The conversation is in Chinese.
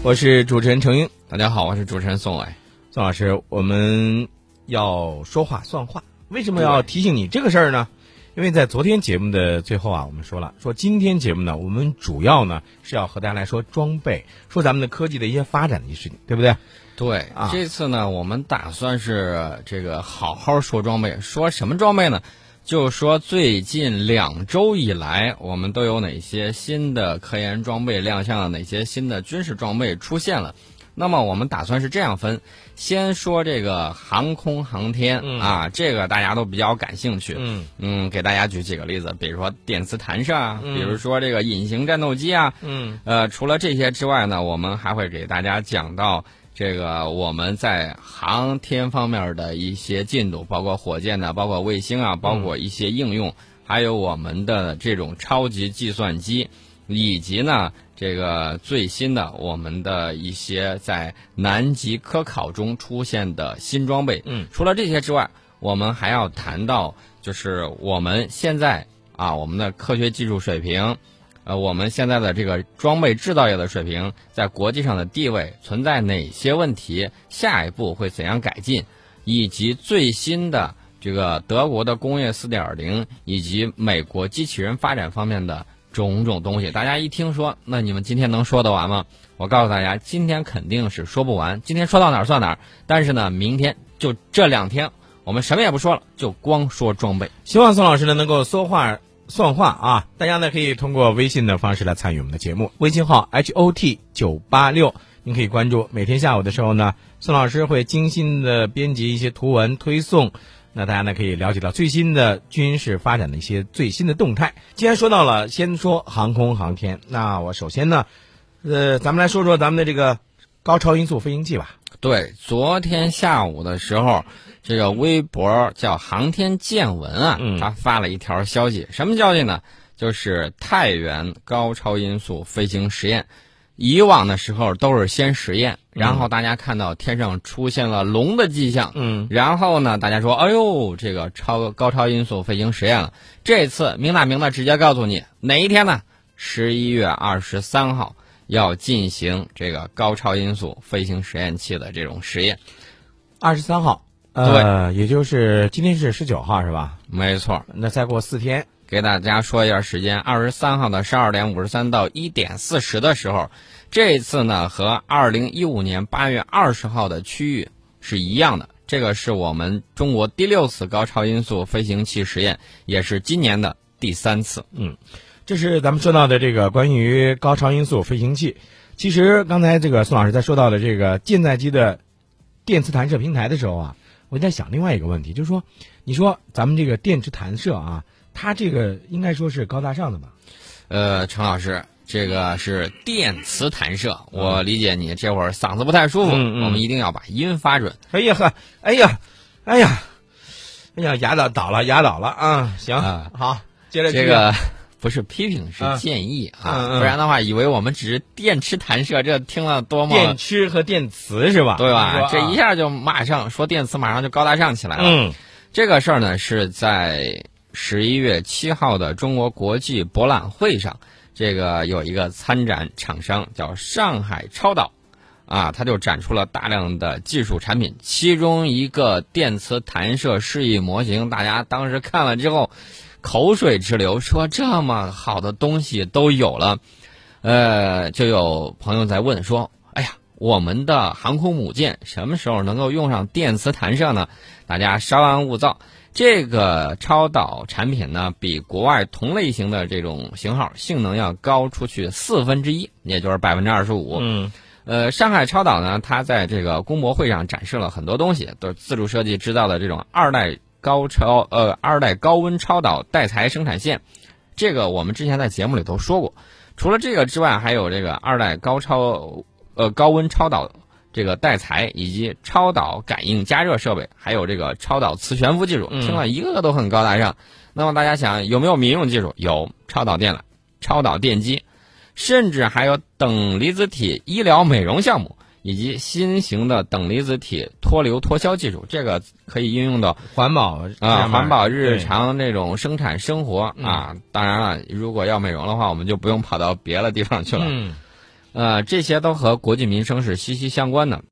我是主持人程英。 大家好，我是主持人宋伟。 宋老师，我们要说话算话，为什么要提醒你这个事儿呢？因为在昨天节目的最后啊，我们说今天节目呢，我们主要呢是要和大家来说装备，说咱们的科技的一些发展的一些事情，对不对？ 对，这次呢，我们打算是这个好好说装备。说什么装备呢？就说最近2周以来，我们都有哪些新的科研装备亮相了，哪些新的军事装备出现了。那么我们打算是这样分，先说这个航空航天这个大家都比较感兴趣。给大家举几个例子，比如说电磁弹射啊，比如说这个隐形战斗机啊。除了这些之外呢，我们还会给大家讲到这个我们在航天方面的一些进度，包括火箭的，包括卫星啊，包括一些应用，还有我们的这种超级计算机，以及呢这个最新的我们的一些在南极科考中出现的新装备。除了这些之外，我们还要谈到就是我们现在我们的科学技术水平，我们现在的这个装备制造业的水平在国际上的地位存在哪些问题，下一步会怎样改进，以及最新的这个德国的工业 4.0 以及美国机器人发展方面的种种东西。大家一听说，那你们今天能说得完吗？我告诉大家，今天肯定是说不完，今天说到哪儿算哪儿。但是呢，明天就这2天我们什么也不说了，就光说装备。 希望宋老师呢能够说话算话啊！大家呢可以通过微信的方式来参与我们的节目，微信号 HOT986，您可以关注。每天下午的时候呢，宋老师会精心的编辑一些图文推送，那大家呢可以了解到最新的军事发展的一些最新的动态。既然说到了，先说航空航天，那我首先呢，咱们来说说咱们的这个高超音速飞行器吧。 对，昨天下午的时候，这个微博叫航天见闻他发了一条消息。什么消息呢？就是太原高超音速飞行实验。以往的时候都是先实验，然后大家看到天上出现了龙的迹象，然后呢大家说哎呦，这个高超音速飞行实验了。这次明打明的直接告诉你哪一天呢？11月23号要进行这个高超音速飞行实验器的这种实验。 23号， 对， 也就是今天是19号是吧？ 没错。 那再过4天， 给大家说一下时间，23号的12点53到1点40的时候，这次呢和2015年8月20号的区域是一样的。这个是我们中国第6次高超音速飞行器实验，也是今年的第3次。 这是咱们说到的这个关于高超音速飞行器。其实刚才这个宋老师在说到的这个舰载机的电磁弹射平台的时候啊，我在想另外一个问题，就是说，你说咱们这个电磁弹射啊，它这个应该说是高大上的吧？ 程老师，这个是电磁弹射，我理解你这会儿嗓子不太舒服，我们一定要把音发准。 哎呀，牙倒了啊！行，好，接着这个不是批评，是建议不然的话以为我们只是电磁弹射，这听了多么电磁和电磁是吧？ 对吧？这一下就马上说电磁，马上就高大上起来了。这个事儿呢是在11月7号的中国国际博览会上，这个有一个参展厂商叫上海超导它就展出了大量的技术产品，其中一个电磁弹射示意模型，大家当时看了之后口水直流，说这么好的东西都有了。就有朋友在问说，哎呀，我们的航空母舰什么时候能够用上电磁弹射呢？大家稍安勿躁。这个超导产品呢，比国外同类型的这种型号性能要高出去1/4，也就是25%。上海超导呢，它在这个工博会上展示了很多东西，都是自主设计制造的这种二代高温超导带材生产线。这个我们之前在节目里头说过。除了这个之外，还有这个2代高温超导这个带材，以及超导感应加热设备，还有这个超导磁悬浮技术，听了一个个都很高大上。那么大家想有没有民用技术？有，超导电缆、超导电机，甚至还有等离子体医疗美容项目，以及新型的等离子体脱硫脱硝技术，这个可以应用到环保日常这种生产生活当然了，如果要美容的话，我们就不用跑到别的地方去了。 这些都和国计民生是息息相关的。